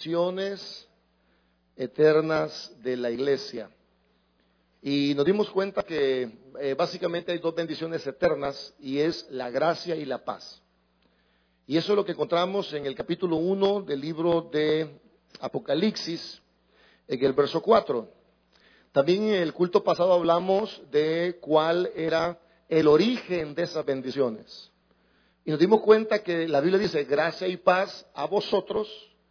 bendiciones eternas de la iglesia. Y nos dimos cuenta que básicamente hay dos bendiciones eternas, y es la gracia y la paz. Y eso es lo que encontramos en el capítulo 1 del libro de Apocalipsis, en el verso 4. También en el culto pasado hablamos de cuál era el origen de esas bendiciones. Y nos dimos cuenta que la Biblia dice: gracia y paz a vosotros,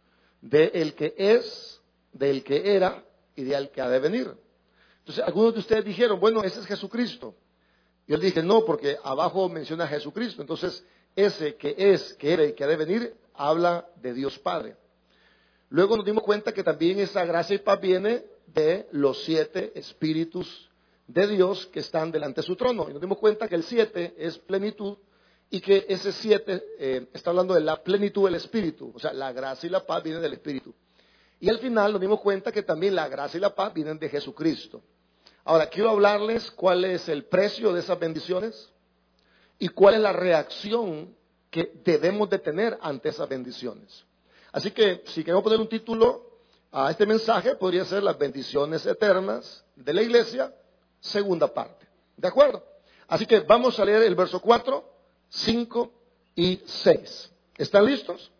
del que es, del que era y del que ha de venir. Entonces, algunos de ustedes dijeron: bueno, ese es Jesucristo. Yo les dije: no, porque abajo menciona a Jesucristo. Entonces, ese que es, que era y que ha de venir, habla de Dios Padre. Luego nos dimos cuenta que también esa gracia y paz viene de los 7 espíritus de Dios que están delante de su trono. Y nos dimos cuenta que el 7 es plenitud, y que ese 7 está hablando de la plenitud del Espíritu. O sea, la gracia y la paz vienen del Espíritu. Y al final nos dimos cuenta que también la gracia y la paz vienen de Jesucristo. Ahora, quiero hablarles cuál es el precio de esas bendiciones y cuál es la reacción que debemos de tener ante esas bendiciones. Así que, si queremos poner un título a este mensaje, podría ser las bendiciones eternas de la iglesia, segunda parte. ¿De acuerdo? Así que vamos a leer el verso 4, 5 y 6. ¿Están listos?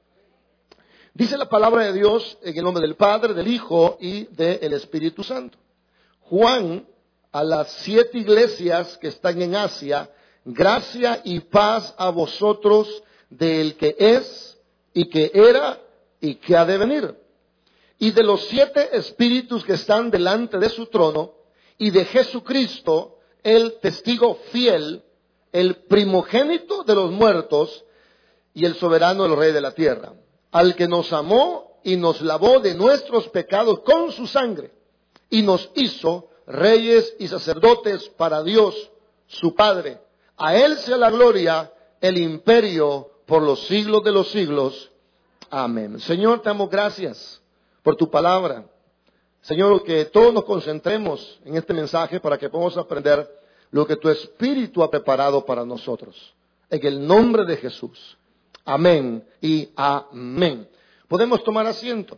Dice la palabra de Dios en el nombre del Padre, del Hijo y del Espíritu Santo. Juan, a las 7 iglesias que están en Asia: gracia y paz a vosotros del que es y que era y que ha de venir, y de los 7 espíritus que están delante de su trono, y de Jesucristo, el testigo fiel, el primogénito de los muertos y el soberano de los reyes de la tierra, al que nos amó y nos lavó de nuestros pecados con su sangre, y nos hizo reyes y sacerdotes para Dios, su Padre. A Él sea la gloria, el imperio, por los siglos de los siglos. Amén. Señor, te damos gracias por tu palabra. Señor, que todos nos concentremos en este mensaje para que podamos aprender lo que tu Espíritu ha preparado para nosotros. En el nombre de Jesús. Amén y amén. Podemos tomar asiento.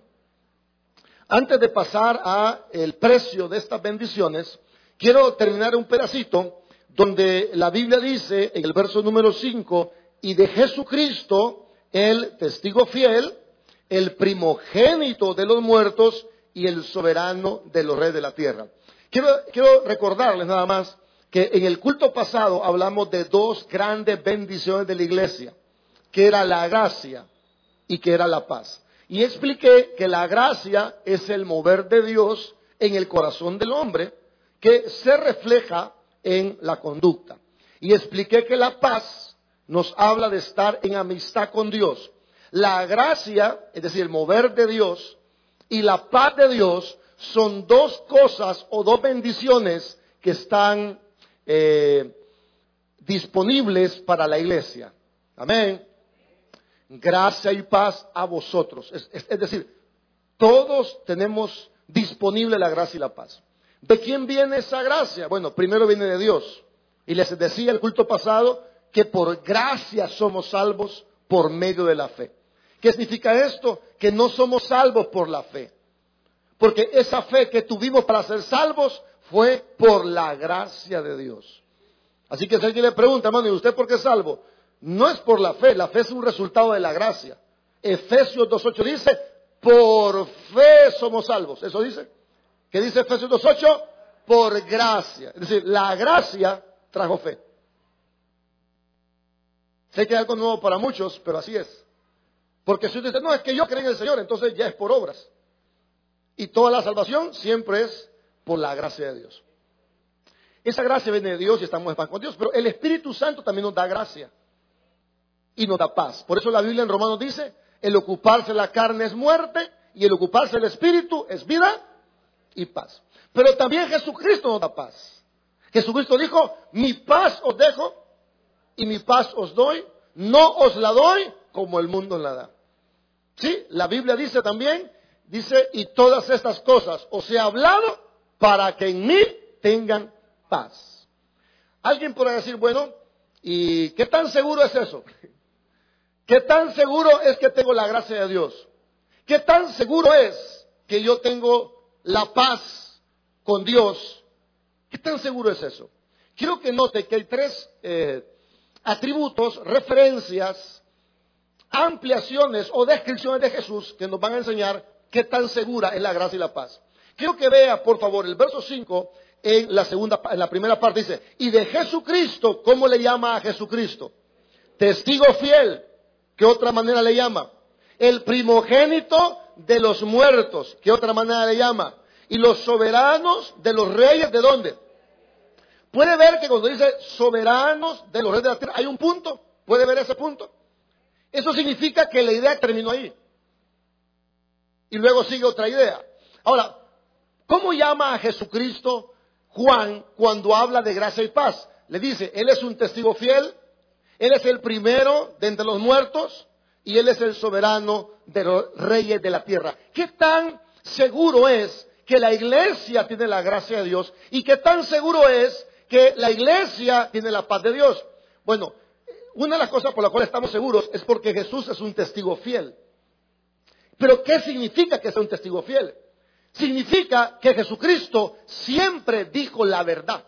Antes de pasar a el precio de estas bendiciones, quiero terminar un pedacito donde la Biblia dice en el verso número 5: y de Jesucristo, el testigo fiel, el primogénito de los muertos y el soberano de los reyes de la tierra. Quiero recordarles nada más que en el culto pasado hablamos de 2 grandes bendiciones de la iglesia, que era la gracia y que era la paz. Y expliqué que la gracia es el mover de Dios en el corazón del hombre, que se refleja en la conducta. Y expliqué que la paz nos habla de estar en amistad con Dios. La gracia, es decir, el mover de Dios, y la paz de Dios son 2 cosas o 2 bendiciones que están disponibles para la iglesia. Amén. Gracia y paz a vosotros. Es decir, todos tenemos disponible la gracia y la paz. ¿De quién viene esa gracia? Bueno, primero viene de Dios. Y les decía el culto pasado que por gracia somos salvos por medio de la fe. ¿Qué significa esto? Que no somos salvos por la fe. Porque esa fe que tuvimos para ser salvos fue por la gracia de Dios. Así que si alguien le pregunta: hermano, ¿y usted por qué es salvo? No es por la fe es un resultado de la gracia. Efesios 2.8 dice: por fe somos salvos. ¿Eso dice? ¿Qué dice Efesios 2.8? Por gracia. Es decir, la gracia trajo fe. Sé que es algo nuevo para muchos, pero así es. Porque si usted dice: no, es que yo creo en el Señor, entonces ya es por obras. Y toda la salvación siempre es por la gracia de Dios. Esa gracia viene de Dios y estamos en paz con Dios. Pero el Espíritu Santo también nos da gracia y nos da paz. Por eso la Biblia en Romanos dice: el ocuparse de la carne es muerte, y el ocuparse del Espíritu es vida y paz. Pero también Jesucristo nos da paz. Jesucristo dijo: mi paz os dejo y mi paz os doy, no os la doy como el mundo la da. Sí, la Biblia dice también, y todas estas cosas os he hablado para que en mí tengan paz. Alguien podrá decir: bueno, ¿y qué tan seguro es eso? ¿Qué tan seguro es que tengo la gracia de Dios? ¿Qué tan seguro es que yo tengo la paz con Dios? ¿Qué tan seguro es eso? Quiero que note que hay tres atributos, referencias, ampliaciones o descripciones de Jesús que nos van a enseñar qué tan segura es la gracia y la paz. Quiero que vea, por favor, el verso 5 en la primera parte dice, y de Jesucristo, ¿cómo le llama a Jesucristo? Testigo fiel. ¿Qué otra manera le llama? El primogénito de los muertos. ¿Qué otra manera le llama? Y los soberanos de los reyes, ¿de dónde? Puede ver que cuando dice soberanos de los reyes de la tierra, hay un punto. ¿Puede ver ese punto? Eso significa que la idea terminó ahí. Y luego sigue otra idea. Ahora, ¿cómo llama a Jesucristo Juan cuando habla de gracia y paz? Le dice, Él es un testigo fiel, Él es el primero de entre los muertos y Él es el soberano de los reyes de la tierra. ¿Qué tan seguro es que la iglesia tiene la gracia de Dios? ¿Y qué tan seguro es que la iglesia tiene la paz de Dios? Bueno, una de las cosas por las cuales estamos seguros es porque Jesús es un testigo fiel. Pero ¿qué significa que sea un testigo fiel? Significa que Jesucristo siempre dijo la verdad.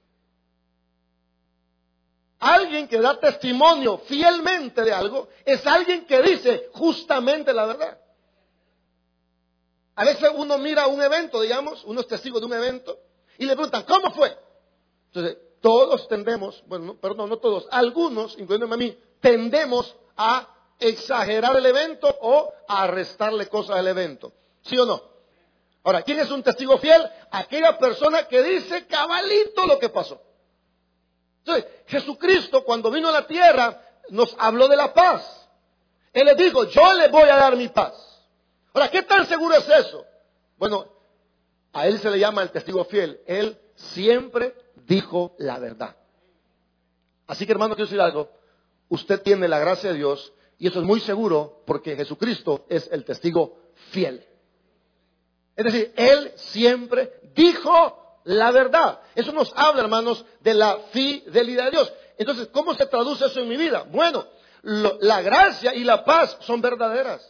Alguien que da testimonio fielmente de algo es alguien que dice justamente la verdad. A veces uno mira un evento, digamos, uno es testigo de un evento y le preguntan, ¿cómo fue? Entonces, todos tendemos, bueno, perdón, no todos, algunos, incluyéndome a mí, tendemos a exagerar el evento o a restarle cosas al evento. ¿Sí o no? Ahora, ¿quién es un testigo fiel? Aquella persona que dice cabalito lo que pasó. Entonces, Jesucristo cuando vino a la tierra nos habló de la paz. Él les dijo, yo les voy a dar mi paz. Ahora, ¿qué tan seguro es eso? Bueno, a él se le llama el testigo fiel. Él siempre dijo la verdad. Así que, hermano, quiero decir algo. Usted tiene la gracia de Dios y eso es muy seguro porque Jesucristo es el testigo fiel. Es decir, Él siempre dijo la verdad. Eso nos habla, hermanos, de la fidelidad de Dios. Entonces, ¿cómo se traduce eso en mi vida? Bueno, la gracia y la paz son verdaderas.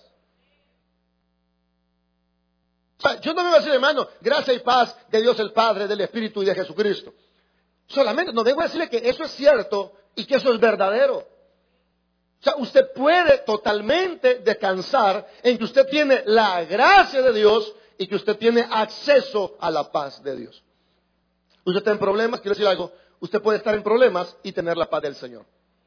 O sea, yo no me voy a decir, hermano, gracia y paz de Dios el Padre, del Espíritu y de Jesucristo. Solamente no vengo a decirle que eso es cierto y que eso es verdadero. O sea, usted puede totalmente descansar en que usted tiene la gracia de Dios y que usted tiene acceso a la paz de Dios. Usted está en problemas, quiero decir algo, usted puede estar en problemas y tener la paz del Señor.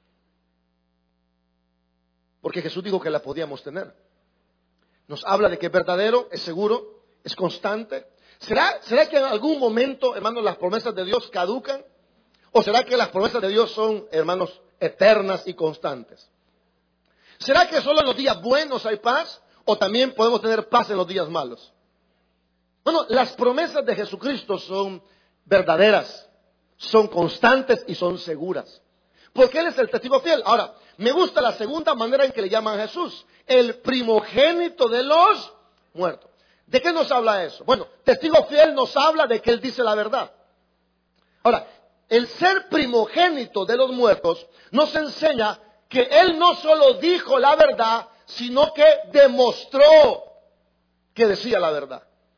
Porque Jesús dijo que la podíamos tener. Nos habla de que es verdadero, es seguro, es constante. ¿Será que en algún momento, hermanos, las promesas de Dios caducan? ¿O será que las promesas de Dios son, hermanos, eternas y constantes? ¿Será que solo en los días buenos hay paz? ¿O también podemos tener paz en los días malos? Bueno, las promesas de Jesucristo son verdaderas, son constantes y son seguras. Porque Él es el testigo fiel. Ahora, me gusta la segunda manera en que le llaman a Jesús, el primogénito de los muertos. ¿De qué nos habla eso? Bueno, testigo fiel nos habla de que Él dice la verdad. Ahora, el ser primogénito de los muertos nos enseña que Él no solo dijo la verdad, sino que demostró que decía la verdad.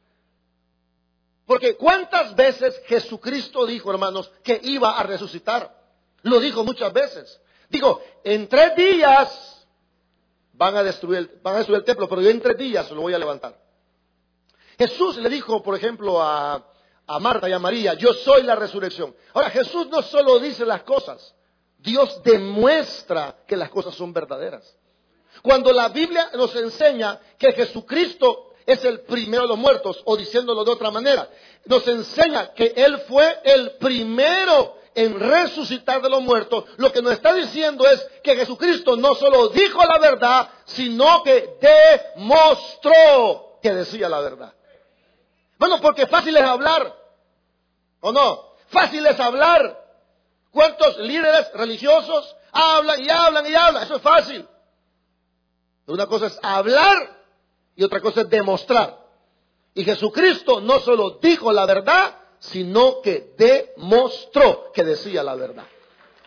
Porque ¿cuántas veces Jesucristo dijo, hermanos, que iba a resucitar? Lo dijo muchas veces. Digo, en 3 días van a destruir el templo, pero yo en 3 días lo voy a levantar. Jesús le dijo, por ejemplo, a Marta y a María, yo soy la resurrección. Ahora, Jesús no solo dice las cosas, Dios demuestra que las cosas son verdaderas. Cuando la Biblia nos enseña que Jesucristo es el primero de los muertos, o diciéndolo de otra manera, nos enseña que Él fue el primero en resucitar de los muertos. Lo que nos está diciendo es que Jesucristo no solo dijo la verdad, sino que demostró que decía la verdad. Bueno, porque fácil es hablar, ¿o no? Fácil es hablar. ¿Cuántos líderes religiosos hablan y hablan y hablan? Eso es fácil. Una cosa es hablar y otra cosa es demostrar. Y Jesucristo no solo dijo la verdad, sino que demostró que decía la verdad.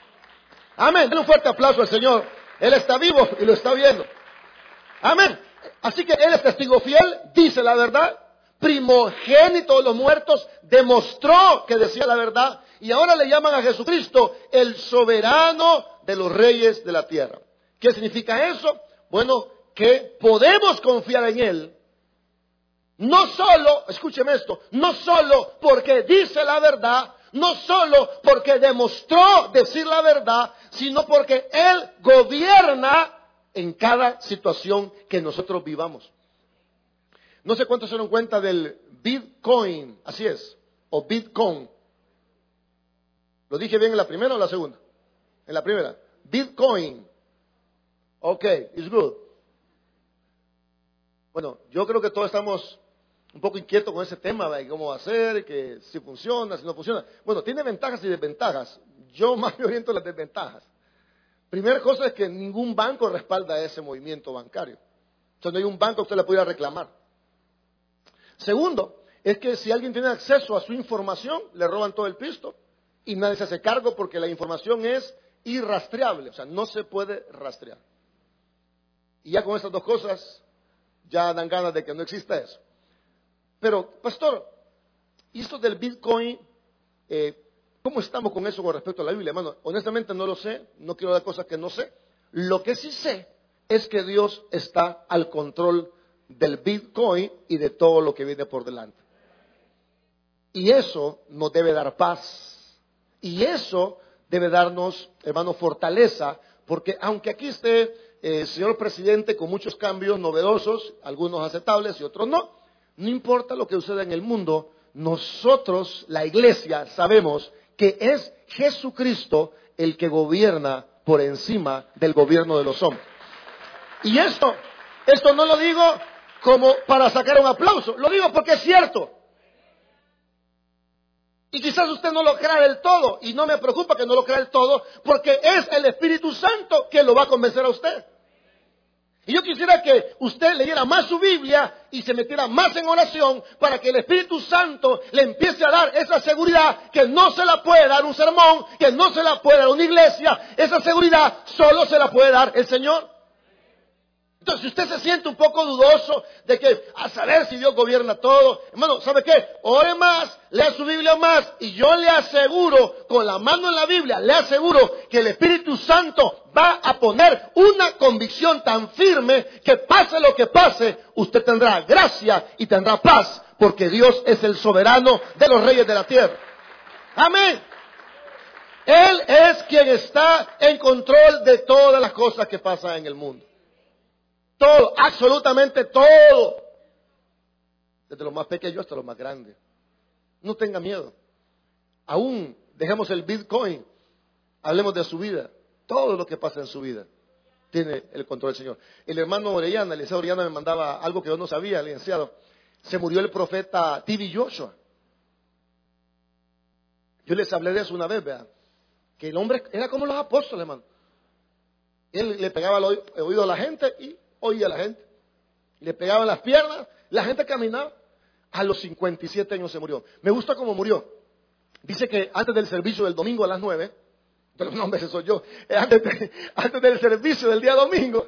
Amén. Denle un fuerte aplauso al Señor. Él está vivo y lo está viendo. Amén. Así que Él es testigo fiel, dice la verdad, primogénito de los muertos, demostró que decía la verdad, y ahora le llaman a Jesucristo el soberano de los reyes de la tierra. ¿Qué significa eso? Bueno, que podemos confiar en Él, no solo, escúcheme esto, no solo porque dice la verdad, no solo porque demostró decir la verdad, sino porque Él gobierna en cada situación que nosotros vivamos. No sé cuántos se dieron cuenta del Bitcoin, así es, o Bitcoin. ¿Lo dije bien en la primera o la segunda? En la primera. Bitcoin. Ok, it's good. Bueno, yo creo que todos estamos un poco inquietos con ese tema, de cómo va a ser, que si funciona, si no funciona. Bueno, tiene ventajas y desventajas. Yo más me oriento a las desventajas. Primera cosa es que ningún banco respalda ese movimiento bancario. O sea, no hay un banco que usted le pudiera reclamar. Segundo, es que si alguien tiene acceso a su información, le roban todo el pisto y nadie se hace cargo porque la información es irrastreable, o sea, no se puede rastrear. Y ya con estas dos cosas, ya dan ganas de que no exista eso. Pero, pastor, ¿y esto del Bitcoin, cómo estamos con eso con respecto a la Biblia? Hermano, honestamente no lo sé, no quiero dar cosas que no sé. Lo que sí sé es que Dios está al control del Bitcoin y de todo lo que viene por delante. Y eso nos debe dar paz. Y eso debe darnos, hermano, fortaleza, porque aunque aquí esté señor presidente con muchos cambios novedosos, algunos aceptables y otros no, no importa lo que suceda en el mundo, nosotros, la iglesia, sabemos que es Jesucristo el que gobierna por encima del gobierno de los hombres. Y esto no lo digo como para sacar un aplauso, lo digo porque es cierto. Y quizás usted no lo crea del todo, y no me preocupa que no lo crea del todo, porque es el Espíritu Santo que lo va a convencer a usted. Y yo quisiera que usted leyera más su Biblia y se metiera más en oración para que el Espíritu Santo le empiece a dar esa seguridad que no se la puede dar un sermón, que no se la puede dar una iglesia. Esa seguridad solo se la puede dar el Señor. Entonces, si usted se siente un poco dudoso de que a saber si Dios gobierna todo, hermano, ¿sabe qué? Ore más, lea su Biblia más, y yo le aseguro, con la mano en la Biblia, le aseguro que el Espíritu Santo va a poner una convicción tan firme que pase lo que pase, usted tendrá gracia y tendrá paz, porque Dios es el soberano de los reyes de la tierra. Amén. Él es quien está en control de todas las cosas que pasan en el mundo. Todo, absolutamente todo. Desde lo más pequeño hasta lo más grande. No tenga miedo. Aún dejemos el Bitcoin. Hablemos de su vida. Todo lo que pasa en su vida tiene el control del Señor. El hermano Orellana, el licenciado Orellana, me mandaba algo que yo no sabía, licenciado. Se murió el profeta T.B. Joshua. Yo les hablé de eso una vez, ¿verdad? Que el hombre era como los apóstoles, hermano. Él le pegaba el oído a la gente y oía a la gente. Le pegaban las piernas, la gente caminaba. A los 57 años se murió. Me gusta cómo murió. Dice que antes del servicio del domingo a las 9, pero no, ese soy yo, antes del servicio del día domingo,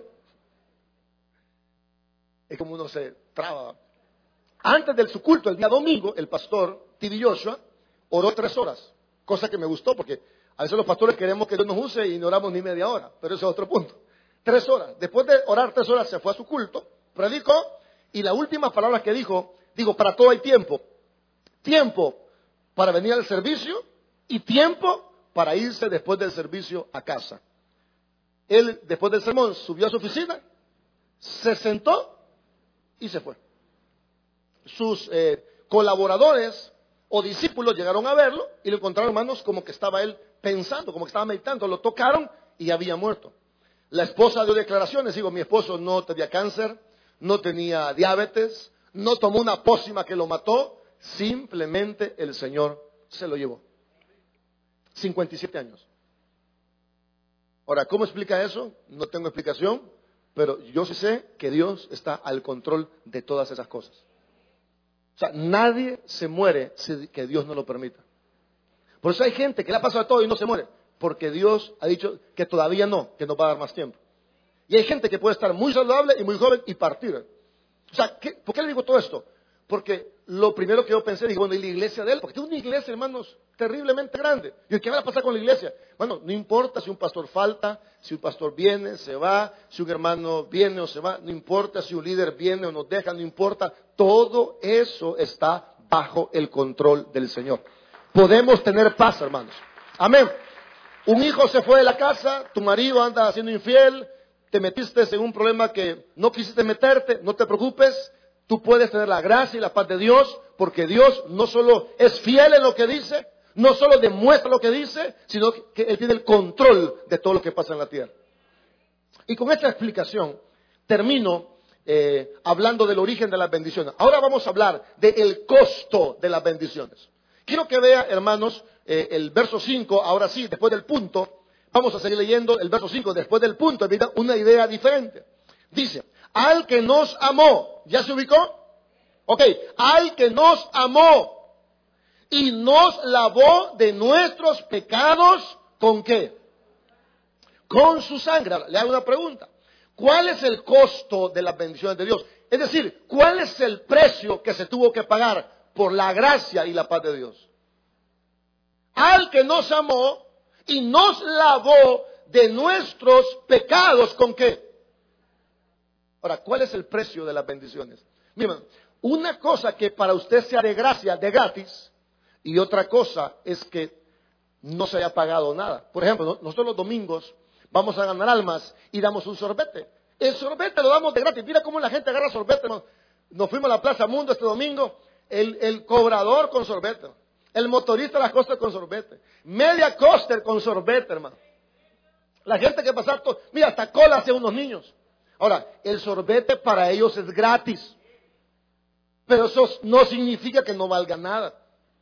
es como uno se traba. Antes de su culto el día domingo, el pastor T.B. Joshua oró 3 horas, cosa que me gustó porque a veces los pastores queremos que Dios nos use y no oramos ni media hora, pero ese es otro punto. 3 horas. Después de orar 3 horas se fue a su culto, predicó, y las últimas palabras que dijo, para todo hay tiempo. Tiempo para venir al servicio y tiempo para irse después del servicio a casa. Él, después del sermón, subió a su oficina, se sentó y se fue. Sus colaboradores o discípulos llegaron a verlo y lo encontraron, hermanos, como que estaba él pensando, como que estaba meditando. Lo tocaron y había muerto. La esposa dio declaraciones, mi esposo no tenía cáncer, no tenía diabetes, no tomó una pócima que lo mató, simplemente el Señor se lo llevó. 57 años. Ahora, ¿cómo explica eso? No tengo explicación, pero yo sí sé que Dios está al control de todas esas cosas. O sea, nadie se muere sin que Dios no lo permita. Por eso hay gente que le ha pasado todo y no se muere, porque Dios ha dicho que todavía no, que nos va a dar más tiempo. Y hay gente que puede estar muy saludable y muy joven y partir. O sea, ¿por qué le digo todo esto? Porque lo primero que yo pensé, digo, bueno, ¿y la iglesia de él? Porque tiene una iglesia, hermanos, terriblemente grande. ¿Y qué va a pasar con la iglesia? Bueno, no importa si un pastor falta, si un pastor viene, se va, si un hermano viene o se va, no importa si un líder viene o nos deja, no importa. Todo eso está bajo el control del Señor. Podemos tener paz, hermanos. Amén. Un hijo se fue de la casa, tu marido anda siendo infiel, te metiste en un problema que no quisiste meterte, no te preocupes. Tú puedes tener la gracia y la paz de Dios, porque Dios no solo es fiel en lo que dice, no solo demuestra lo que dice, sino que Él tiene el control de todo lo que pasa en la tierra. Y con esta explicación termino hablando del origen de las bendiciones. Ahora vamos a hablar del costo de las bendiciones. Quiero que vea, hermanos, el verso 5, ahora sí, después del punto. Vamos a seguir leyendo el verso 5, después del punto, una idea diferente. Dice, al que nos amó, ¿ya se ubicó? Ok, al que nos amó y nos lavó de nuestros pecados, ¿con qué? Con su sangre. Ahora, le hago una pregunta. ¿Cuál es el costo de las bendiciones de Dios? Es decir, ¿cuál es el precio que se tuvo que pagar por la gracia y la paz de Dios? Al que nos amó y nos lavó de nuestros pecados, ¿con qué? Ahora, ¿cuál es el precio de las bendiciones? Miren, una cosa que para usted sea de gracia, de gratis, y otra cosa es que no se haya pagado nada. Por ejemplo, nosotros los domingos vamos a ganar almas y damos un sorbete. El sorbete lo damos de gratis. Mira cómo la gente agarra sorbete. Nos fuimos a la Plaza Mundo este domingo, el cobrador con sorbete, el motorista de la costa con sorbete, media coaster con sorbete, hermano. La gente que pasa, mira, hasta cola hace unos niños. Ahora, el sorbete para ellos es gratis, pero eso no significa que no valga nada.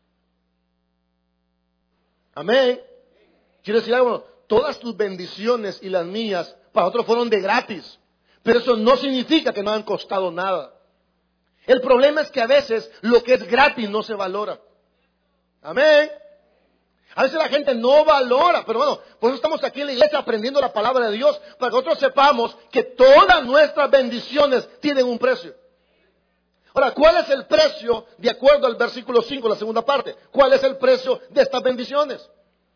Amén. Quiero decir algo, todas tus bendiciones y las mías para nosotros fueron de gratis, pero eso no significa que no han costado nada. El problema es que a veces lo que es gratis no se valora. Amén. A veces la gente no valora, pero bueno, por eso estamos aquí en la iglesia aprendiendo la palabra de Dios, para que nosotros sepamos que todas nuestras bendiciones tienen un precio. Ahora, ¿cuál es el precio de acuerdo al versículo 5, la segunda parte? ¿Cuál es el precio de estas bendiciones?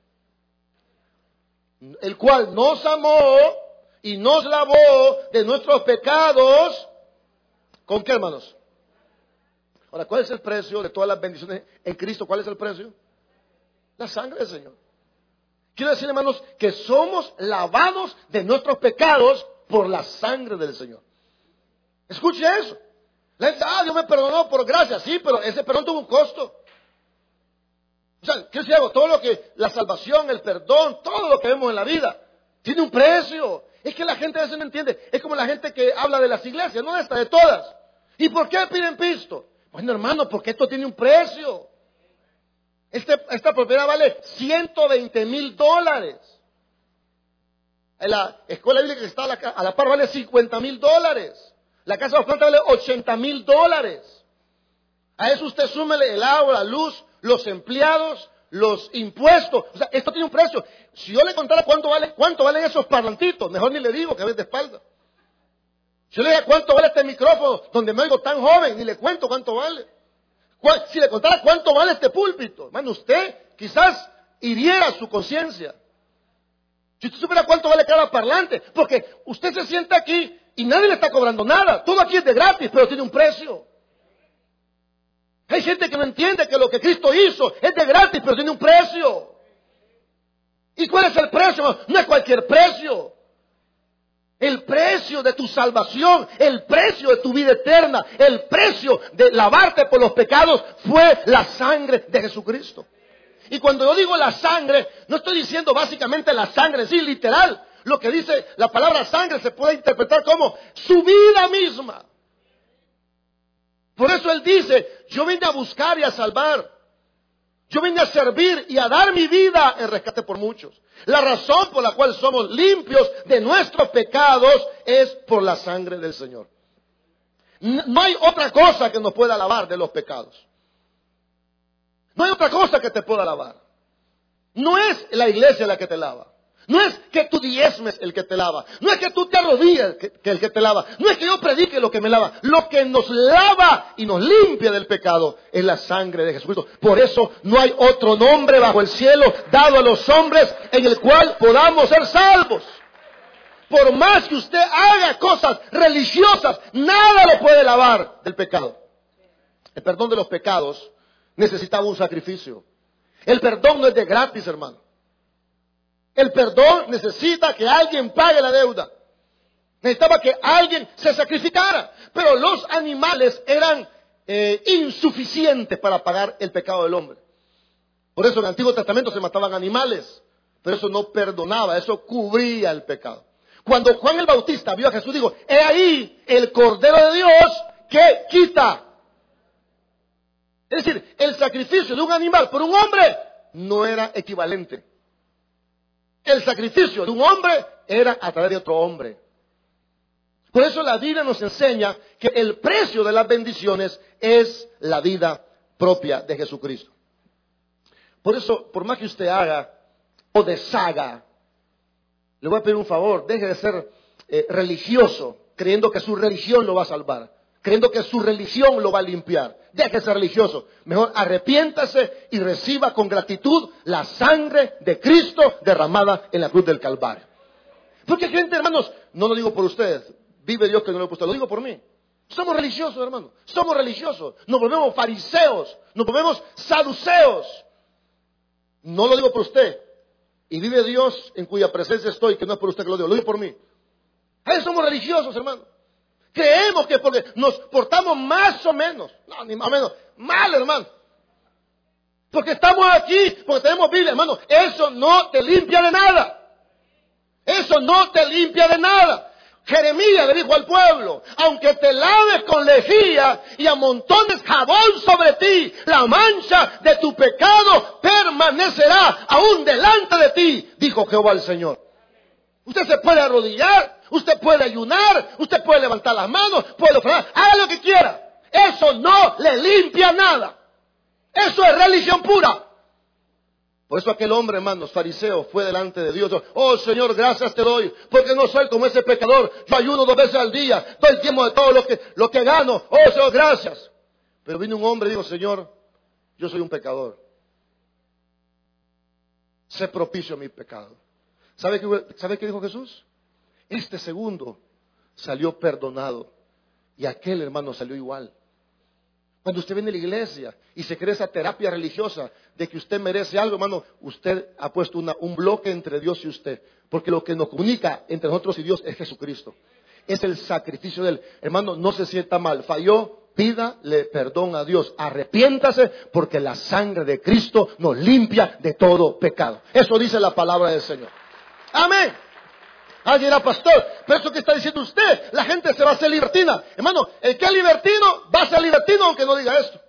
El cual nos amó y nos lavó de nuestros pecados. ¿Con qué, hermanos? Ahora, ¿cuál es el precio de todas las bendiciones en Cristo? ¿Cuál es el precio? La sangre del Señor. Quiero decir, hermanos, que somos lavados de nuestros pecados por la sangre del Señor. Escuche eso. La gente dice, Dios me perdonó por gracia. Sí, pero ese perdón tuvo un costo. O sea, quiero decir algo, todo lo que, la salvación, el perdón, todo lo que vemos en la vida, tiene un precio. Es que la gente a veces no entiende. Es como la gente que habla de las iglesias, no de esta, de todas. ¿Y por qué piden pisto? Bueno, hermano, porque esto tiene un precio. Esta propiedad vale $120,000. En la escuela bíblica que está a la par vale $50,000. La casa de los plantas vale $80,000. A eso usted súmele el agua, la luz, los empleados, los impuestos. O sea, esto tiene un precio. Si yo le contara cuánto valen esos parlantitos, mejor ni le digo que ves de espalda. Si yo le diga cuánto vale este micrófono donde me oigo tan joven, ni le cuento cuánto vale. Si le contara cuánto vale este púlpito, hermano, usted quizás hiriera su conciencia. Si usted supiera cuánto vale cada parlante, porque usted se sienta aquí y nadie le está cobrando nada. Todo aquí es de gratis, pero tiene un precio. Hay gente que no entiende que lo que Cristo hizo es de gratis, pero tiene un precio. ¿Y cuál es el precio, hermano? No es cualquier precio. El precio de tu salvación, el precio de tu vida eterna, el precio de lavarte por los pecados fue la sangre de Jesucristo. Y cuando yo digo la sangre, no estoy diciendo básicamente la sangre, sí, literal. Lo que dice la palabra sangre se puede interpretar como su vida misma. Por eso Él dice, yo vine a buscar y a salvar. Yo vine a servir y a dar mi vida en rescate por muchos. La razón por la cual somos limpios de nuestros pecados es por la sangre del Señor. No hay otra cosa que nos pueda lavar de los pecados. No hay otra cosa que te pueda lavar. No es la iglesia la que te lava. No es que tú diezmes el que te lava. No es que tú te arrodilles que el que te lava. No es que yo predique lo que me lava. Lo que nos lava y nos limpia del pecado es la sangre de Jesucristo. Por eso no hay otro nombre bajo el cielo dado a los hombres en el cual podamos ser salvos. Por más que usted haga cosas religiosas, nada lo puede lavar del pecado. El perdón de los pecados necesitaba un sacrificio. El perdón no es de gratis, hermano. El perdón necesita que alguien pague la deuda. Necesitaba que alguien se sacrificara. Pero los animales eran insuficientes para pagar el pecado del hombre. Por eso en el Antiguo Testamento se mataban animales. Pero eso no perdonaba, eso cubría el pecado. Cuando Juan el Bautista vio a Jesús, dijo: he ahí el Cordero de Dios que quita. Es decir, el sacrificio de un animal por un hombre no era equivalente. El sacrificio de un hombre era a través de otro hombre. Por eso la Biblia nos enseña que el precio de las bendiciones es la vida propia de Jesucristo. Por eso, por más que usted haga o deshaga, le voy a pedir un favor: deje de ser religioso, creyendo que su religión lo va a salvar, creyendo que su religión lo va a limpiar. Deje de ser religioso. Mejor arrepiéntase y reciba con gratitud la sangre de Cristo derramada en la cruz del Calvario. Porque gente, hermanos, no lo digo por ustedes, vive Dios que no lo he puesto, lo digo por mí. Somos religiosos, hermanos, somos religiosos. Nos volvemos fariseos, nos volvemos saduceos. No lo digo por usted. Y vive Dios en cuya presencia estoy, que no es por usted que lo digo por mí. Ahí somos religiosos, hermano. Creemos que porque nos portamos más o menos, no, ni más o menos, mal, hermano. Porque estamos aquí, porque tenemos Biblia, hermano. Eso no te limpia de nada. Eso no te limpia de nada. Jeremías le dijo al pueblo: aunque te laves con lejía y amontones jabón sobre ti, la mancha de tu pecado permanecerá aún delante de ti, dijo Jehová el Señor. Usted se puede arrodillar, usted puede ayunar, usted puede levantar las manos, puede ofrendar, haga lo que quiera. Eso no le limpia nada. Eso es religión pura. Por eso aquel hombre, hermanos, fariseo, fue delante de Dios. Oh Señor, gracias te doy, porque no soy como ese pecador. Yo ayuno 2 veces al día, doy tiempo de todo lo que gano. Oh Señor, gracias. Pero vino un hombre y dijo: Señor, yo soy un pecador. Sé propicio a mi pecado. ¿Sabe qué dijo Jesús? Este segundo salió perdonado y aquel, hermano, salió igual. Cuando usted viene a la iglesia y se cree esa terapia religiosa de que usted merece algo, hermano, usted ha puesto un bloque entre Dios y usted. Porque lo que nos comunica entre nosotros y Dios es Jesucristo. Es el sacrificio de Él. Hermano, no se sienta mal. Falló, pídale perdón a Dios. Arrepiéntase, porque la sangre de Cristo nos limpia de todo pecado. Eso dice la palabra del Señor. Amén. Alguien era pastor, pero eso que está diciendo usted, la gente se va a hacer libertina. Hermano, el que es libertino va a ser libertino aunque no diga esto.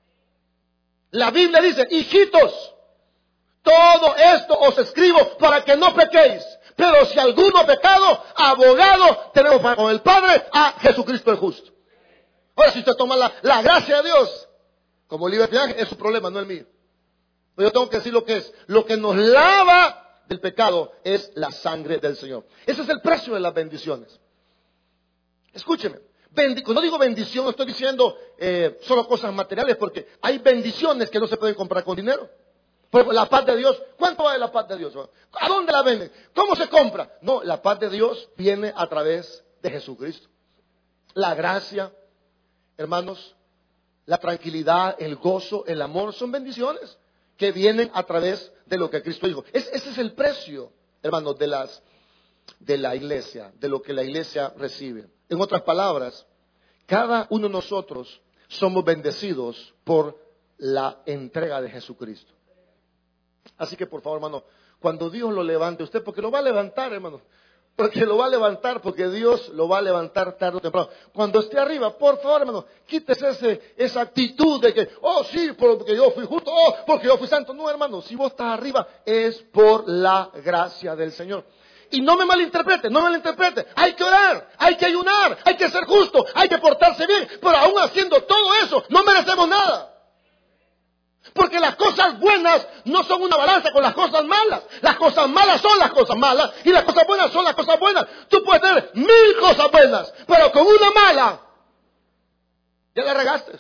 La Biblia dice: hijitos, todo esto os escribo para que no pequéis. Pero si alguno ha pecado, abogado tenemos con el Padre, a Jesucristo el justo. Ahora, si usted toma la gracia de Dios como libertinaje, es su problema, no el mío. Pero yo tengo que decir lo que es. Lo que nos lava del pecado es la sangre del Señor. Ese es el precio de las bendiciones. Escúcheme, cuando digo bendición no estoy diciendo solo cosas materiales, porque hay bendiciones que no se pueden comprar con dinero. Por ejemplo, la paz de Dios. ¿Cuánto vale la paz de Dios? ¿A dónde la venden? ¿Cómo se compra? No, la paz de Dios viene a través de Jesucristo. La gracia, hermanos, la tranquilidad, el gozo, el amor son bendiciones que vienen a través de lo que Cristo dijo. Ese es el precio, hermanos, de la iglesia, de lo que la iglesia recibe. En otras palabras, cada uno de nosotros somos bendecidos por la entrega de Jesucristo. Así que por favor, hermano, cuando Dios lo levante, usted, porque lo va a levantar, hermano, porque lo va a levantar, porque Dios lo va a levantar tarde o temprano. Cuando esté arriba, por favor, hermano, quítese esa actitud de que, oh sí, porque yo fui justo, oh, porque yo fui santo. No, hermano, si vos estás arriba, es por la gracia del Señor. Y no me malinterprete, no me malinterprete. Hay que orar, hay que ayunar, hay que ser justo, hay que portarse bien. Pero aún haciendo todo eso, no merecemos nada. Porque las cosas buenas no son una balanza con las cosas malas. Las cosas malas son las cosas malas y las cosas buenas son las cosas buenas. Tú puedes tener 1000 cosas buenas, pero con una mala ya la regaste.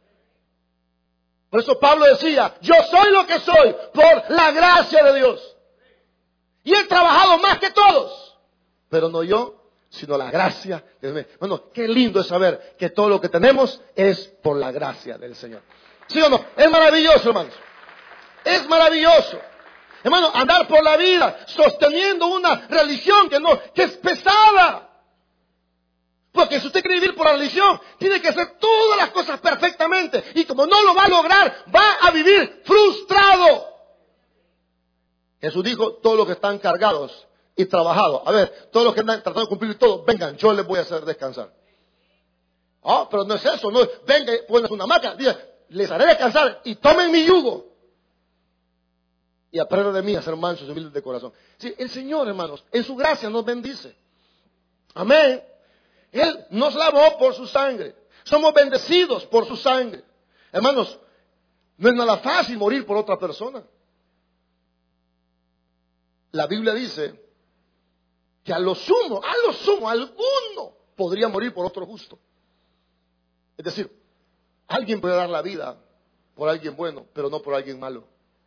Por eso Pablo decía, yo soy lo que soy por la gracia de Dios. Y he trabajado más que todos, pero no yo, sino la gracia de Dios. Bueno, qué lindo es saber que todo lo que tenemos es por la gracia del Señor. ¿Sí o no? Es maravilloso, hermanos. Es maravilloso. Hermano, andar por la vida sosteniendo una religión que es pesada. Porque si usted quiere vivir por la religión, tiene que hacer todas las cosas perfectamente. Y como no lo va a lograr, va a vivir frustrado. Jesús dijo, todos los que están cargados y trabajados. A ver, todos los que andan tratando de cumplir todo, vengan, yo les voy a hacer descansar. Ah, pero no es eso, no. Venga, pones una hamaca, diga, les haré descansar y tomen mi yugo. Y aprendan de mí a ser mansos y humildes de corazón. Sí, el Señor, hermanos, en su gracia nos bendice. Amén. Él nos lavó por su sangre. Somos bendecidos por su sangre. Hermanos, no es nada fácil morir por otra persona. La Biblia dice que a lo sumo, alguno podría morir por otro justo. Es decir, alguien puede dar la vida por alguien bueno, pero no por alguien malo.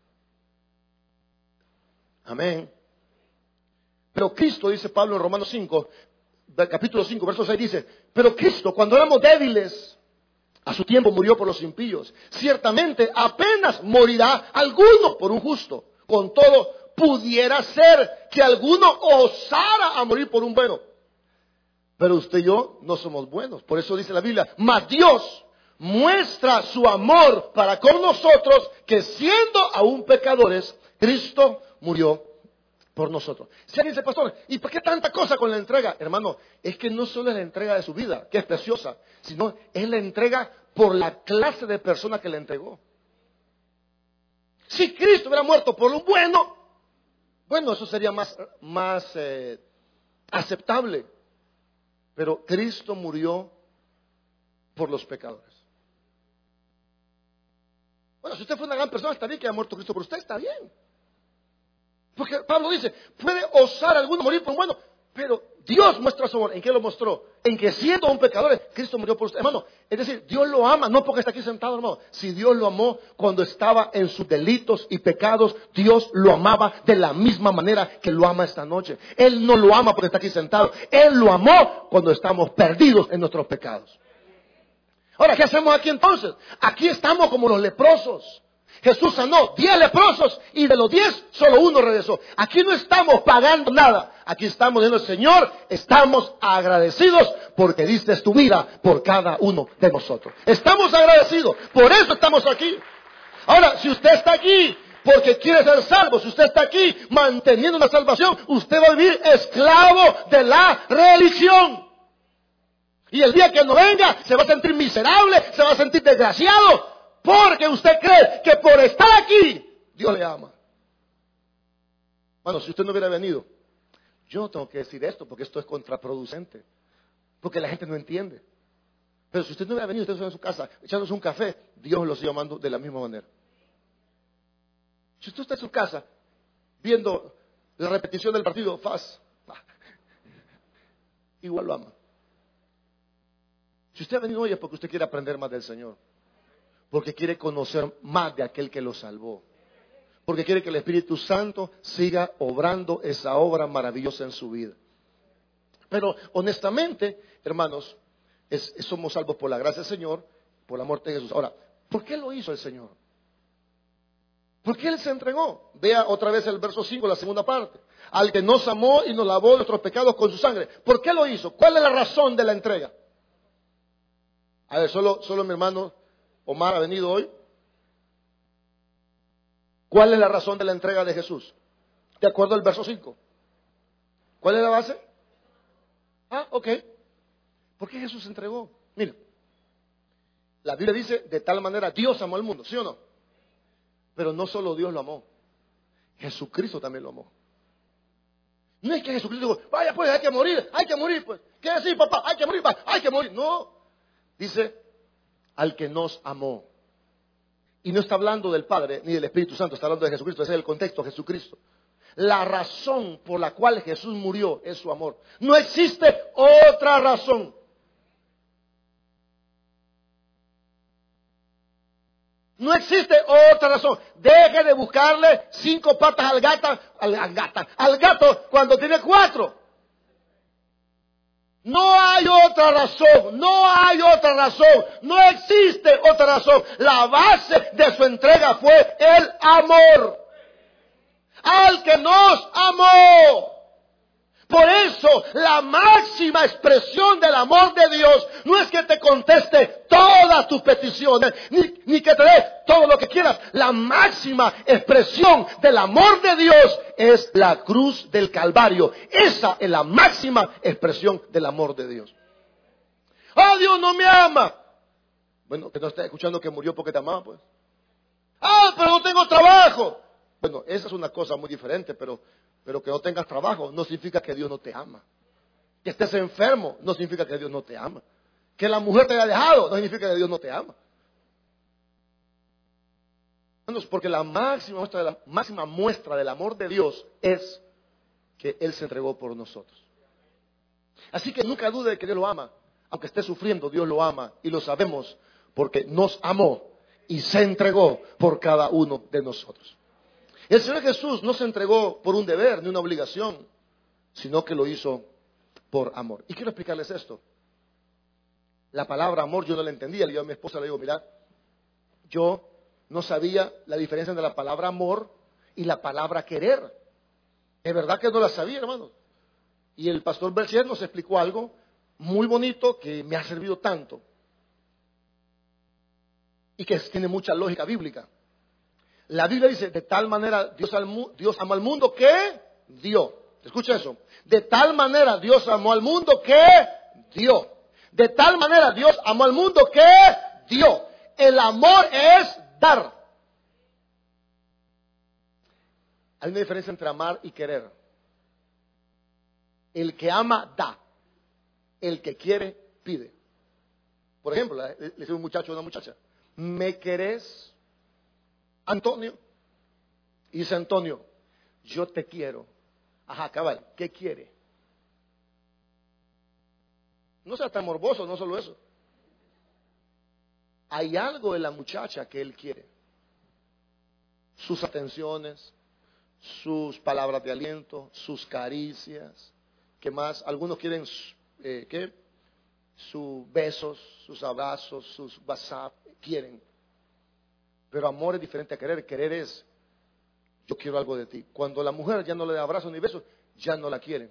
Amén. Pero Cristo, dice Pablo en Romanos 5, capítulo 5, verso 6, dice, pero Cristo, cuando éramos débiles, a su tiempo murió por los impíos. Ciertamente apenas morirá alguno por un justo. Con todo, pudiera ser que alguno osara a morir por un bueno. Pero usted y yo no somos buenos. Por eso dice la Biblia, mas Dios muestra su amor para con nosotros, que siendo aún pecadores, Cristo murió por nosotros. Si alguien dice, pastor, ¿y por qué tanta cosa con la entrega? Hermano, es que no solo es la entrega de su vida, que es preciosa, sino es la entrega por la clase de persona que le entregó. Si Cristo hubiera muerto por un bueno, eso sería más aceptable. Pero Cristo murió por los pecadores. Bueno, si usted fue una gran persona, está bien que haya muerto Cristo por usted, está bien. Porque Pablo dice, puede osar alguno morir por un bueno, pero Dios muestra su amor. ¿En qué lo mostró? En que siendo un pecador, Cristo murió por usted. Hermano, es decir, Dios lo ama, no porque está aquí sentado, hermano. Si Dios lo amó cuando estaba en sus delitos y pecados, Dios lo amaba de la misma manera que lo ama esta noche. Él no lo ama porque está aquí sentado. Él lo amó cuando estamos perdidos en nuestros pecados. Ahora, ¿qué hacemos aquí entonces? Aquí estamos como los leprosos. Jesús sanó 10 leprosos y de los 10 solo uno regresó. Aquí no estamos pagando nada. Aquí estamos diciendo, Señor, estamos agradecidos porque diste tu vida por cada uno de nosotros. Estamos agradecidos. Por eso estamos aquí. Ahora, si usted está aquí porque quiere ser salvo, si usted está aquí manteniendo una salvación, usted va a vivir esclavo de la religión. Y el día que no venga, se va a sentir miserable, se va a sentir desgraciado. Porque usted cree que por estar aquí, Dios le ama. Bueno, si usted no hubiera venido, yo no tengo que decir esto porque esto es contraproducente. Porque la gente no entiende. Pero si usted no hubiera venido, usted está en su casa echándose un café, Dios lo sigue amando de la misma manera. Si usted está en su casa viendo la repetición del partido, igual lo ama. Si usted ha venido hoy es porque usted quiere aprender más del Señor. Porque quiere conocer más de aquel que lo salvó. Porque quiere que el Espíritu Santo siga obrando esa obra maravillosa en su vida. Pero honestamente, hermanos, somos salvos por la gracia del Señor, por la muerte de Jesús. Ahora, ¿por qué lo hizo el Señor? ¿Por qué Él se entregó? Vea otra vez el verso 5, la segunda parte. Al que nos amó y nos lavó nuestros pecados con su sangre. ¿Por qué lo hizo? ¿Cuál es la razón de la entrega? A ver, solo mi hermano Omar ha venido hoy. ¿Cuál es la razón de la entrega de Jesús? De acuerdo al verso 5. ¿Cuál es la base? Ok. ¿Por qué Jesús se entregó? Mire, la Biblia dice, de tal manera Dios amó al mundo, ¿sí o no? Pero no solo Dios lo amó, Jesucristo también lo amó. No es que Jesucristo dijo, vaya pues, hay que morir pues. ¿Qué decir, papá? Hay que morir. No. Dice, al que nos amó Y no está hablando del Padre ni del Espíritu Santo, está hablando de Jesucristo. Ese es el contexto, Jesucristo. La razón por la cual Jesús murió es su amor. No existe otra razón. No existe otra razón. Deje de buscarle 5 patas al gato cuando tiene 4. No hay otra razón, no hay otra razón, no existe otra razón. La base de su entrega fue el amor al que nos amó. Por eso, la máxima expresión del amor de Dios no es que te conteste todas tus peticiones, ni que te dé todo lo que quieras. La máxima expresión del amor de Dios es la cruz del Calvario. Esa es la máxima expresión del amor de Dios. ¡Oh, Dios no me ama! Bueno, que no estás escuchando que murió porque te amaba, pues. ¡Ah, pero no tengo trabajo! Bueno, esa es una cosa muy diferente, pero que no tengas trabajo no significa que Dios no te ama. Que estés enfermo no significa que Dios no te ama. Que la mujer te haya dejado no significa que Dios no te ama. Porque la máxima muestra del amor de Dios es que Él se entregó por nosotros. Así que nunca dude de que Dios lo ama. Aunque esté sufriendo, Dios lo ama y lo sabemos porque nos amó y se entregó por cada uno de nosotros. El Señor Jesús no se entregó por un deber ni una obligación, sino que lo hizo por amor. Y quiero explicarles esto. La palabra amor yo no la entendía. Le digo a mi esposa, le digo, mira, yo no sabía la diferencia entre la palabra amor y la palabra querer. De verdad que no la sabía, hermanos. Y el pastor Berger nos explicó algo muy bonito que me ha servido tanto. Y que tiene mucha lógica bíblica. La Biblia dice, de tal manera Dios amó al mundo que dio. Escucha eso. De tal manera Dios amó al mundo que dio. De tal manera Dios amó al mundo que dio. El amor es dar. Hay una diferencia entre amar y querer. El que ama, da. El que quiere, pide. Por ejemplo, le dice un muchacho a una muchacha, ¿me querés, Antonio? Y dice Antonio, yo te quiero. Ajá, cabal, ¿qué quiere? No sea tan morboso, no solo eso. Hay algo de la muchacha que él quiere. Sus atenciones, sus palabras de aliento, sus caricias. ¿Qué más? Algunos quieren, sus besos, sus abrazos, sus WhatsApp. Quieren. Pero amor es diferente a querer. Querer es, yo quiero algo de ti. Cuando la mujer ya no le da abrazos ni besos, ya no la quieren.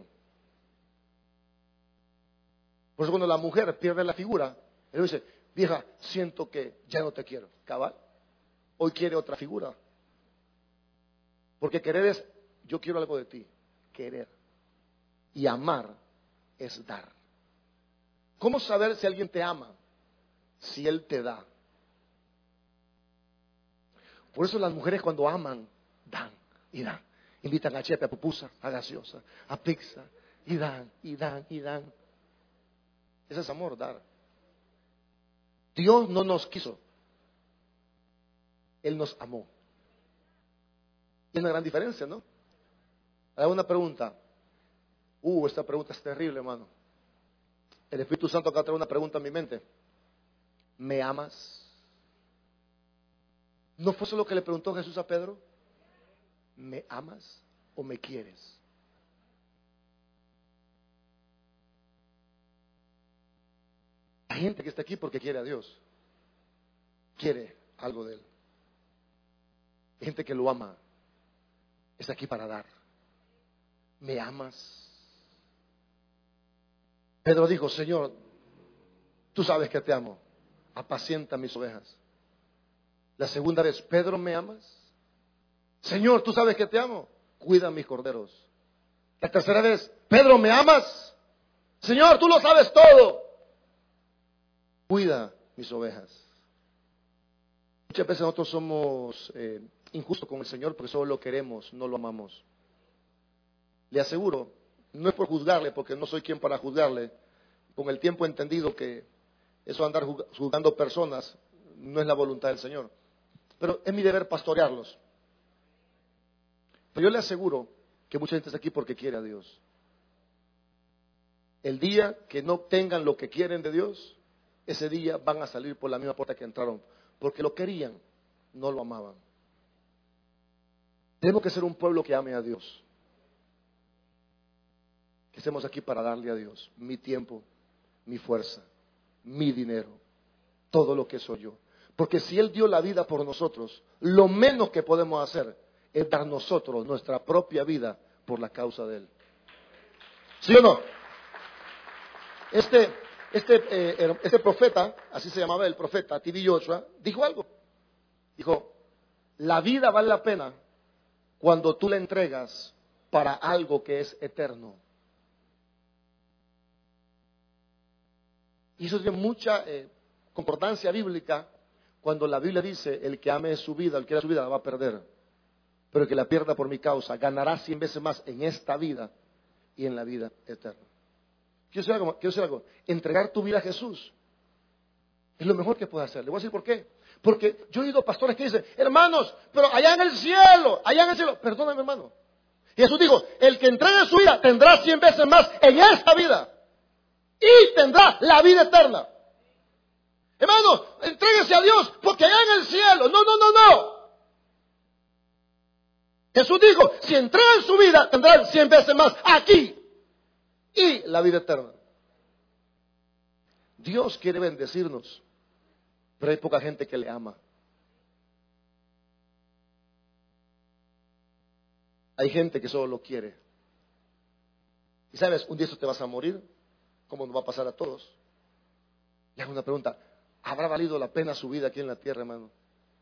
Por eso cuando la mujer pierde la figura, él dice, vieja, siento que ya no te quiero. Cabal. Hoy quiere otra figura. Porque querer es, yo quiero algo de ti. Querer. Y amar es dar. ¿Cómo saber si alguien te ama? Si él te da. Por eso las mujeres cuando aman, dan y dan. Invitan a chepe, a pupusa, a gaseosa, a pizza. Y dan, y dan, y dan. Ese es amor, dar. Dios no nos quiso. Él nos amó. Hay una gran diferencia, ¿no? Hay una pregunta. Esta pregunta es terrible, hermano. El Espíritu Santo acaba de traer una pregunta a mi mente. ¿Me amas? ¿No fue eso lo que le preguntó Jesús a Pedro? ¿Me amas o me quieres? Hay gente que está aquí porque quiere a Dios. Quiere algo de Él. Hay gente que lo ama. Está aquí para dar. ¿Me amas? Pedro dijo, Señor, tú sabes que te amo. Apacienta mis ovejas. La segunda vez, Pedro, ¿me amas? Señor, tú sabes que te amo. Cuida mis corderos. La tercera vez, Pedro, ¿me amas? Señor, tú lo sabes todo. Cuida mis ovejas. Muchas veces nosotros somos injustos con el Señor porque solo lo queremos, no lo amamos. Le aseguro, no es por juzgarle, porque no soy quien para juzgarle. Con el tiempo he entendido que eso de andar juzgando personas no es la voluntad del Señor. pero es mi deber pastorearlos. Pero yo le aseguro que mucha gente está aquí porque quiere a Dios. El día que no tengan lo que quieren de Dios, ese día van a salir por la misma puerta que entraron, porque lo querían, no lo amaban. Tenemos que ser un pueblo que ame a Dios. Que estemos aquí para darle a Dios mi tiempo, mi fuerza, mi dinero, todo lo que soy yo. Porque si Él dio la vida por nosotros, lo menos que podemos hacer es dar nosotros nuestra propia vida por la causa de Él. ¿Sí o no? Este profeta, así se llamaba el profeta, T.B. Joshua, dijo algo. Dijo, la vida vale la pena cuando tú la entregas para algo que es eterno. Y eso tiene mucha concordancia bíblica cuando la Biblia dice, el que ame su vida, el que quiera su vida, la va a perder. Pero el que la pierda por mi causa, ganará 100 veces más en esta vida y en la vida eterna. Quiero decir algo. Entregar tu vida a Jesús es lo mejor que puedes hacer. Le voy a decir por qué. Porque yo he oído pastores que dicen, hermanos, pero allá en el cielo, perdóname hermano. Jesús dijo, el que entregue su vida tendrá 100 veces más en esta vida y tendrá la vida eterna. Hermano, entréguese a Dios porque allá en el cielo, no. Jesús dijo, si entregan su vida tendrán 100 veces más aquí y la vida eterna. Dios quiere bendecirnos, pero hay poca gente que le ama. Hay gente que solo lo quiere. Y sabes, un día eso te vas a morir, como nos va a pasar a todos. Le hago una pregunta, ¿habrá valido la pena su vida aquí en la tierra, hermano?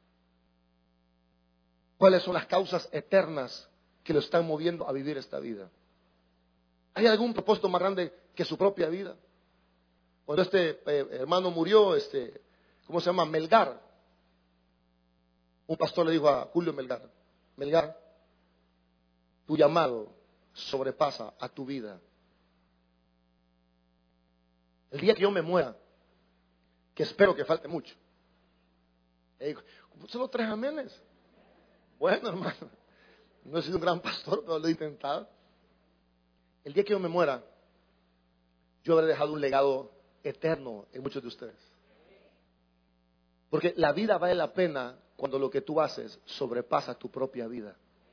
¿Cuáles son las causas eternas que lo están moviendo a vivir esta vida? ¿Hay algún propósito más grande que su propia vida? Cuando este hermano murió, ¿cómo se llama? Melgar. Un pastor le dijo a Julio Melgar, Melgar, tu llamado sobrepasa a tu vida. El día que yo me muera, que espero que falte mucho. Solo 3 amenes. Bueno, hermano, no he sido un gran pastor, pero lo he intentado. El día que yo me muera, yo habré dejado un legado eterno en muchos de ustedes. Porque la vida vale la pena cuando lo que tú haces sobrepasa tu propia vida.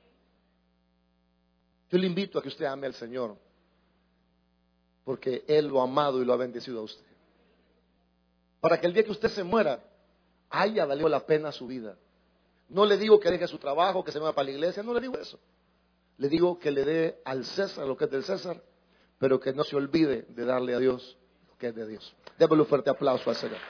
Yo le invito a que usted ame al Señor, porque Él lo ha amado y lo ha bendecido a usted. Para que el día que usted se muera, haya valido la pena su vida. No le digo que deje su trabajo, que se vaya para la iglesia, no le digo eso. Le digo que le dé al César lo que es del César, pero que no se olvide de darle a Dios lo que es de Dios. Démosle un fuerte aplauso al Señor.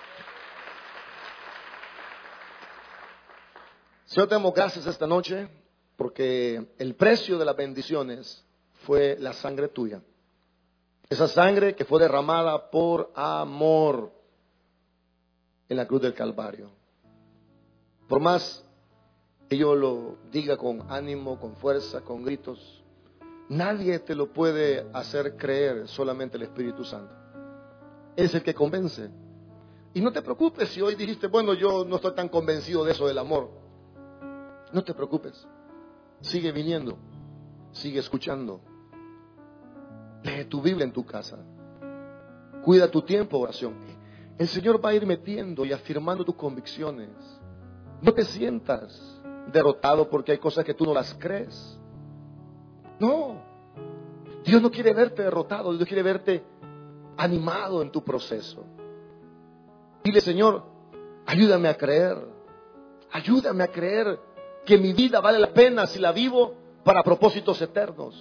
Señor, te damos gracias esta noche, porque el precio de las bendiciones fue la sangre tuya. Esa sangre que fue derramada por amor en la cruz del Calvario. Por más que yo lo diga con ánimo, con fuerza, con gritos, nadie te lo puede hacer creer, solamente el Espíritu Santo. Él es el que convence. Y no te preocupes si hoy dijiste, bueno, yo no estoy tan convencido de eso del amor. No te preocupes. Sigue viniendo, sigue escuchando. Lee tu Biblia en tu casa. Cuida tu tiempo de oración. El Señor va a ir metiendo y afirmando tus convicciones. No te sientas derrotado porque hay cosas que tú no las crees. No. Dios no quiere verte derrotado. Dios quiere verte animado en tu proceso. Dile, Señor, ayúdame a creer. Ayúdame a creer que mi vida vale la pena si la vivo para propósitos eternos.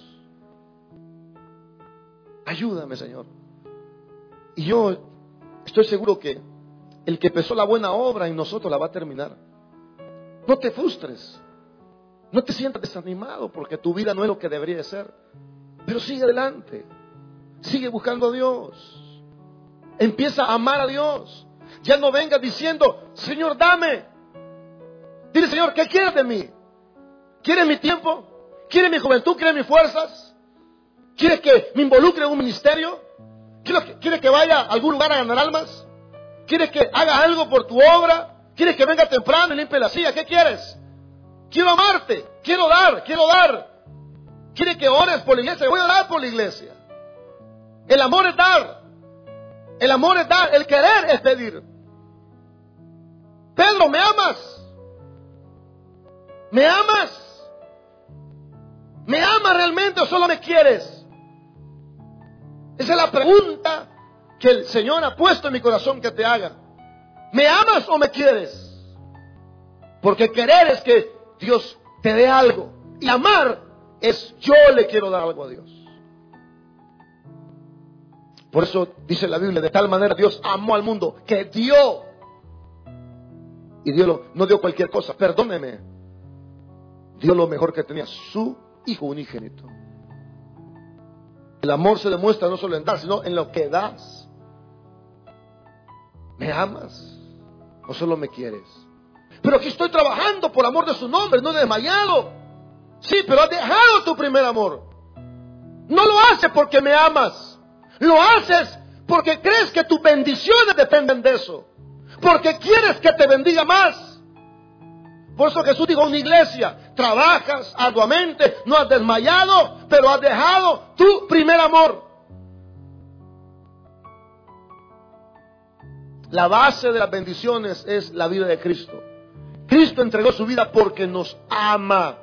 Ayúdame, Señor. Y yo estoy seguro que el que empezó la buena obra en nosotros la va a terminar. No te frustres. No te sientas desanimado porque tu vida no es lo que debería de ser. Pero sigue adelante. Sigue buscando a Dios. Empieza a amar a Dios. Ya no vengas diciendo, Señor, dame. Dile, Señor, ¿qué quieres de mí? ¿Quieres mi tiempo? ¿Quieres mi juventud? ¿Quieres mis fuerzas? ¿Quieres que me involucre en un ministerio? ¿Quieres que vaya a algún lugar a ganar almas? ¿Quieres que haga algo por tu obra? ¿Quieres que venga temprano y limpie la silla? ¿Qué quieres? Quiero amarte, quiero dar. ¿Quieres que ores por la iglesia? Voy a orar por la iglesia. El amor es dar. El amor es dar, el querer es pedir. Pedro, ¿me amas? ¿Me amas? ¿Me amas realmente o solo me quieres? Esa es la pregunta que el Señor ha puesto en mi corazón que te haga. ¿Me amas o me quieres? Porque querer es que Dios te dé algo. Y amar es yo le quiero dar algo a Dios. Por eso dice la Biblia, de tal manera Dios amó al mundo que dio. Y Dios no dio cualquier cosa, perdóneme. Dio lo mejor que tenía, su Hijo unigénito. El amor se demuestra no solo en dar, sino en lo que das. ¿Me amas o solo me quieres? Pero aquí estoy trabajando por amor de su nombre, no he desmayado. Sí, pero has dejado tu primer amor. No lo haces porque me amas. Lo haces porque crees que tus bendiciones dependen de eso. Porque quieres que te bendiga más. Por eso Jesús dijo a una iglesia: trabajas arduamente, no has desmayado, pero has dejado tu primer amor. La base de las bendiciones es la vida de Cristo. Cristo entregó su vida porque nos ama.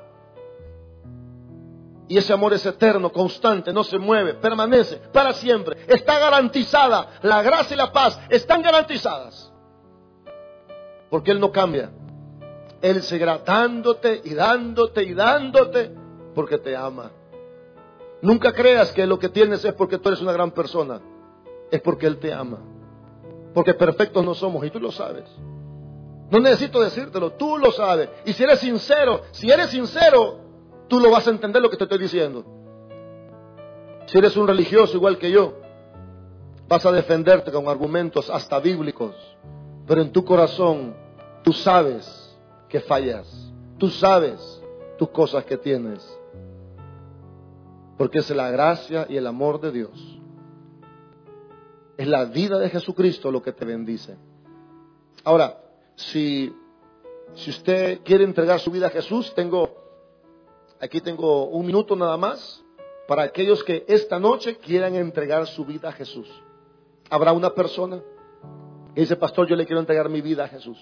Y ese amor es eterno, constante, no se mueve, permanece para siempre. Está garantizada. La gracia y la paz están garantizadas. Porque Él no cambia. Él seguirá dándote y dándote y dándote porque te ama. Nunca creas que lo que tienes es porque tú eres una gran persona. Es porque Él te ama. Porque perfectos no somos y tú lo sabes. No necesito decírtelo, tú lo sabes. Y si eres sincero, tú lo vas a entender lo que te estoy diciendo. Si eres un religioso igual que yo, vas a defenderte con argumentos hasta bíblicos. Pero en tu corazón, tú sabes que fallas. Tú sabes tus cosas que tienes. Porque es la gracia y el amor de Dios. Es la vida de Jesucristo lo que te bendice. Ahora, si usted quiere entregar su vida a Jesús, aquí tengo un minuto nada más para aquellos que esta noche quieran entregar su vida a Jesús. Habrá una persona que dice: pastor, yo le quiero entregar mi vida a Jesús.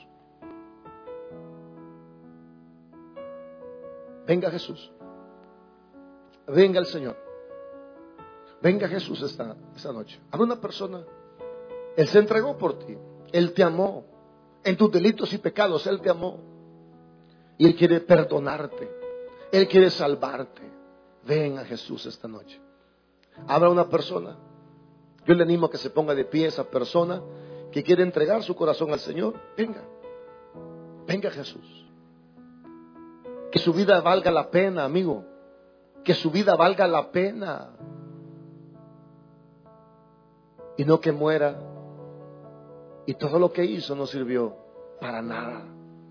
Venga Jesús. Venga el Señor. Venga Jesús esta noche. Habrá una persona. Él se entregó por ti. Él te amó. En tus delitos y pecados Él te amó. Y Él quiere perdonarte. Él quiere salvarte. Ven a Jesús esta noche. Habrá una persona. Yo le animo a que se ponga de pie esa persona que quiere entregar su corazón al Señor. Venga. Venga Jesús. Que su vida valga la pena, amigo. Que su vida valga la pena. Y no que muera y todo lo que hizo no sirvió para nada.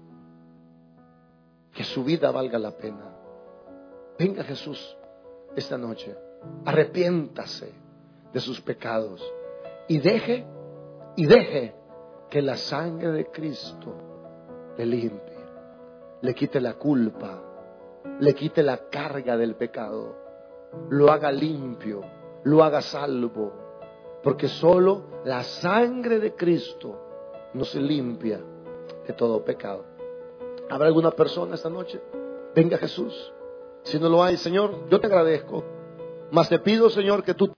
Que su vida valga la pena. Venga Jesús esta noche. Arrepiéntase de sus pecados. Y deje que la sangre de Cristo le limpie. Le quite la culpa. Le quite la carga del pecado. Lo haga limpio. Lo haga salvo. Porque solo la sangre de Cristo nos limpia de todo pecado. ¿Habrá alguna persona esta noche? Venga Jesús. Si no lo hay, Señor, yo te agradezco. Mas te pido, Señor, que tú